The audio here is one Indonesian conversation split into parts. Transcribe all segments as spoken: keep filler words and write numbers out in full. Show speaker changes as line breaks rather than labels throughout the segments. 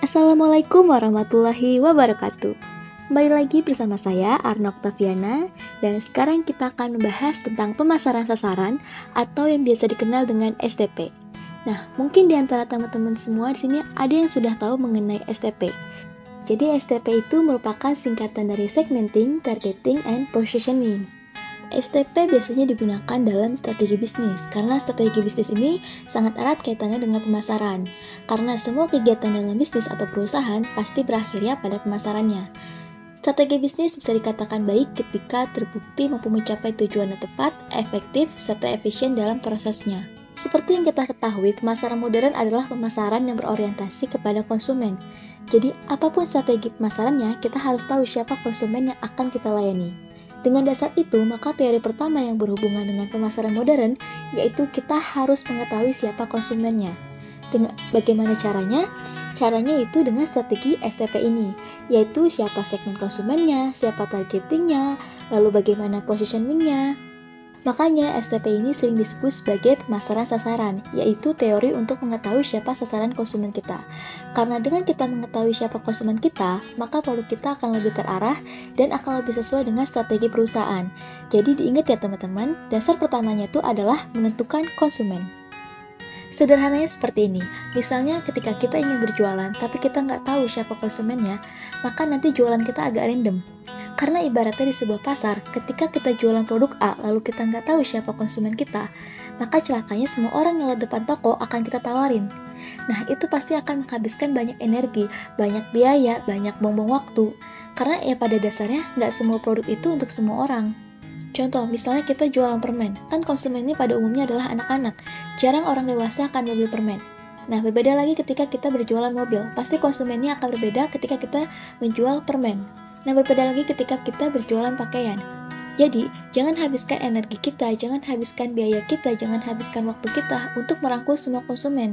Assalamualaikum warahmatullahi wabarakatuh. Kembali lagi bersama saya Arna Oktaviana, dan sekarang kita akan membahas tentang pemasaran sasaran atau yang biasa dikenal dengan S T P. Nah, mungkin di antara teman-teman semua di sini ada yang sudah tahu mengenai S T P. Jadi S T P itu merupakan singkatan dari Segmenting, Targeting, and Positioning. S T P biasanya digunakan dalam strategi bisnis, karena strategi bisnis ini sangat erat kaitannya dengan pemasaran. Karena semua kegiatan dalam bisnis atau perusahaan pasti berakhirnya pada pemasarannya. Strategi bisnis bisa dikatakan baik ketika terbukti mampu mencapai tujuan yang tepat, efektif, serta efisien dalam prosesnya. Seperti yang kita ketahui, pemasaran modern adalah pemasaran yang berorientasi kepada konsumen. Jadi, apapun strategi pemasarannya, kita harus tahu siapa konsumen yang akan kita layani. Dengan dasar itu, maka teori pertama yang berhubungan dengan pemasaran modern, yaitu kita harus mengetahui siapa konsumennya. Dengan bagaimana caranya? Caranya itu dengan strategi S T P ini, yaitu siapa segmen konsumennya, siapa targetingnya, lalu bagaimana positioningnya. Makanya S T P ini sering disebut sebagai pemasaran sasaran, yaitu teori untuk mengetahui siapa sasaran konsumen kita. Karena dengan kita mengetahui siapa konsumen kita, maka produk kita akan lebih terarah dan akan lebih sesuai dengan strategi perusahaan. Jadi diingat ya teman-teman, dasar pertamanya itu adalah menentukan konsumen. Sederhananya seperti ini, misalnya ketika kita ingin berjualan tapi kita nggak tahu siapa konsumennya, maka nanti jualan kita agak random. Karena ibaratnya di sebuah pasar, ketika kita jualan produk A lalu kita nggak tahu siapa konsumen kita, maka celakanya semua orang yang lewat depan toko akan kita tawarin. Nah, itu pasti akan menghabiskan banyak energi, banyak biaya, banyak buang-buang waktu. Karena ya pada dasarnya nggak semua produk itu untuk semua orang. Contoh, misalnya kita jualan permen, kan konsumennya pada umumnya adalah anak-anak. Jarang orang dewasa akan membeli permen. Nah, berbeda lagi ketika kita berjualan mobil, pasti konsumennya akan berbeda ketika kita menjual permen. Nah, berbeda lagi ketika kita berjualan pakaian. Jadi, jangan habiskan energi kita, jangan habiskan biaya kita, jangan habiskan waktu kita untuk merangkul semua konsumen.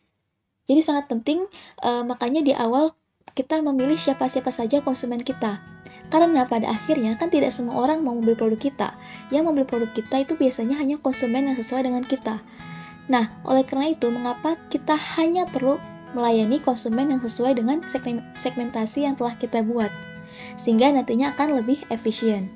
Jadi sangat penting, uh, makanya di awal kita memilih siapa-siapa saja konsumen kita. Karena pada akhirnya kan tidak semua orang mau membeli produk kita. Yang membeli produk kita itu biasanya hanya konsumen yang sesuai dengan kita. Nah, oleh karena itu, mengapa kita hanya perlu melayani konsumen yang sesuai dengan segmentasi yang telah kita buat, sehingga nantinya akan lebih efisien.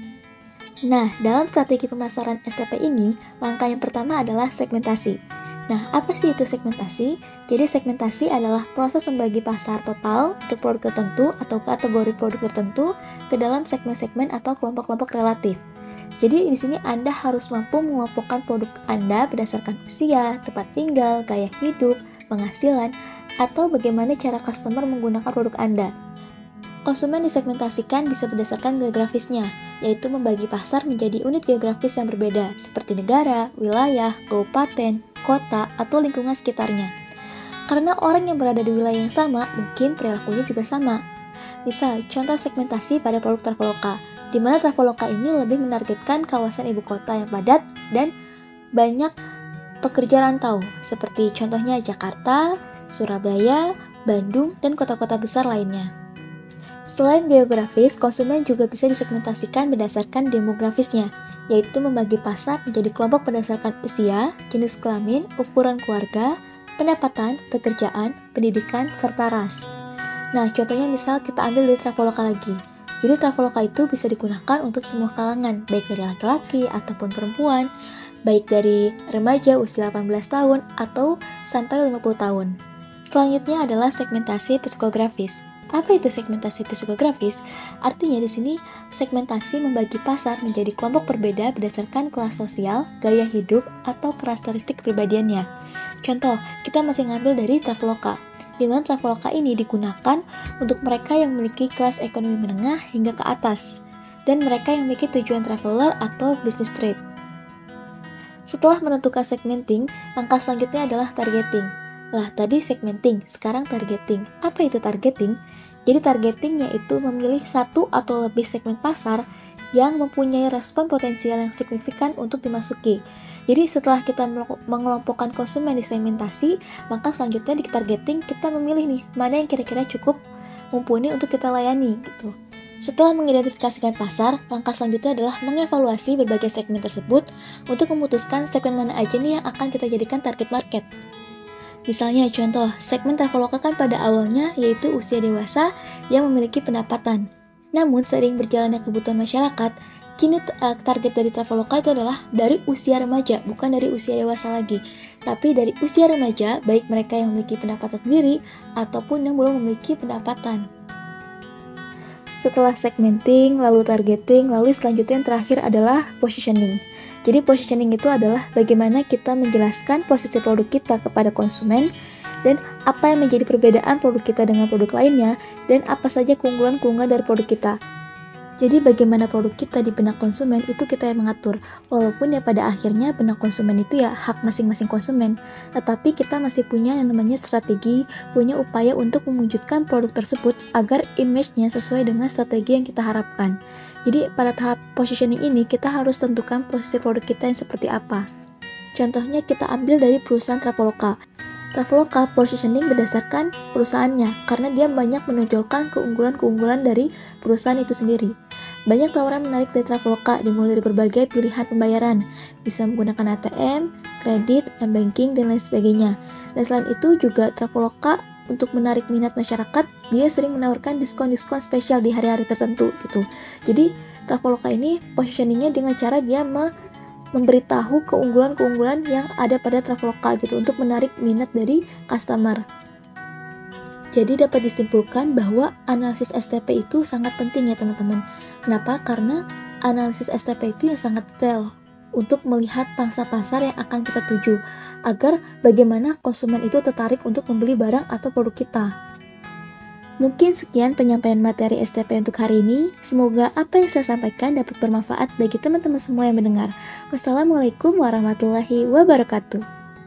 Nah, dalam strategi pemasaran S T P ini, langkah yang pertama adalah segmentasi. Nah, apa sih itu segmentasi? Jadi segmentasi adalah proses membagi pasar total untuk produk tertentu atau kategori produk tertentu ke dalam segmen-segmen atau kelompok-kelompok relatif. Jadi di sini Anda harus mampu mengelompokkan produk Anda berdasarkan usia, tempat tinggal, gaya hidup, penghasilan, atau bagaimana cara customer menggunakan produk Anda. Konsumen disegmentasikan bisa berdasarkan geografisnya, yaitu membagi pasar menjadi unit geografis yang berbeda, seperti negara, wilayah, kabupaten, kota, atau lingkungan sekitarnya. Karena orang yang berada di wilayah yang sama, mungkin perilakunya juga sama. Misal, contoh segmentasi pada produk Traveloka, di mana Traveloka ini lebih menargetkan kawasan ibu kota yang padat dan banyak pekerja rantau, seperti contohnya Jakarta, Surabaya, Bandung, dan kota-kota besar lainnya. Selain geografis, konsumen juga bisa disegmentasikan berdasarkan demografisnya, yaitu membagi pasar menjadi kelompok berdasarkan usia, jenis kelamin, ukuran keluarga, pendapatan, pekerjaan, pendidikan, serta ras. Nah, contohnya misal kita ambil dari Traveloka lagi. Jadi Traveloka itu bisa digunakan untuk semua kalangan, baik dari laki-laki ataupun perempuan, baik dari remaja usia delapan belas tahun atau sampai lima puluh tahun. Selanjutnya adalah segmentasi psikografis. Apa itu segmentasi psikografis? Artinya di sini segmentasi membagi pasar menjadi kelompok berbeda berdasarkan kelas sosial, gaya hidup, atau karakteristik kepribadiannya. Contoh, kita masih ngambil dari Traveloka, di mana Traveloka ini digunakan untuk mereka yang memiliki kelas ekonomi menengah hingga ke atas, dan mereka yang memiliki tujuan traveler atau business trip. Setelah menentukan segmenting, langkah selanjutnya adalah targeting. Lah, tadi segmenting, sekarang targeting. Apa itu targeting? Jadi targeting yaitu memilih satu atau lebih segmen pasar yang mempunyai respon potensial yang signifikan untuk dimasuki. Jadi setelah kita mengelompokkan konsumen di segmentasi, maka selanjutnya di targeting kita memilih nih, mana yang kira-kira cukup mumpuni untuk kita layani gitu. Setelah mengidentifikasikan pasar, langkah selanjutnya adalah mengevaluasi berbagai segmen tersebut untuk memutuskan segmen mana aja nih yang akan kita jadikan target market. Misalnya contoh, segmen Traveloka kan pada awalnya yaitu usia dewasa yang memiliki pendapatan. Namun seiring berjalannya kebutuhan masyarakat, kini uh, target dari Traveloka itu adalah dari usia remaja, bukan dari usia dewasa lagi. Tapi dari usia remaja, baik mereka yang memiliki pendapatan sendiri ataupun yang belum memiliki pendapatan. Setelah segmenting, lalu targeting, lalu selanjutnya yang terakhir adalah positioning. Jadi positioning itu adalah bagaimana kita menjelaskan posisi produk kita kepada konsumen dan apa yang menjadi perbedaan produk kita dengan produk lainnya dan apa saja keunggulan-keunggulan dari produk kita. Jadi bagaimana produk kita di benak konsumen itu kita yang mengatur. Walaupun ya pada akhirnya benak konsumen itu ya hak masing-masing konsumen. Tetapi kita masih punya yang namanya strategi, punya upaya untuk mewujudkan produk tersebut agar image-nya sesuai dengan strategi yang kita harapkan. Jadi pada tahap positioning ini kita harus tentukan posisi produk kita yang seperti apa. Contohnya kita ambil dari perusahaan Traveloka. Traveloka positioning berdasarkan perusahaannya karena dia banyak menonjolkan keunggulan-keunggulan dari perusahaan itu sendiri. Banyak tawaran menarik dari Traveloka dimulai dari berbagai pilihan pembayaran, bisa menggunakan A T M, kredit, m-banking, dan lain sebagainya. Dan selain itu juga Traveloka untuk menarik minat masyarakat, dia sering menawarkan diskon-diskon spesial di hari-hari tertentu gitu. Jadi Traveloka ini positioningnya dengan cara dia me memberitahu keunggulan-keunggulan yang ada pada Traveloka gitu untuk menarik minat dari customer. Jadi dapat disimpulkan bahwa analisis S T P itu sangat penting ya teman-teman. Kenapa? Karena analisis S T P itu yang sangat detail untuk melihat pangsa pasar yang akan kita tuju agar bagaimana konsumen itu tertarik untuk membeli barang atau produk kita. Mungkin sekian penyampaian materi S T P untuk hari ini. Semoga apa yang saya sampaikan dapat bermanfaat bagi teman-teman semua yang mendengar. Wassalamualaikum warahmatullahi wabarakatuh.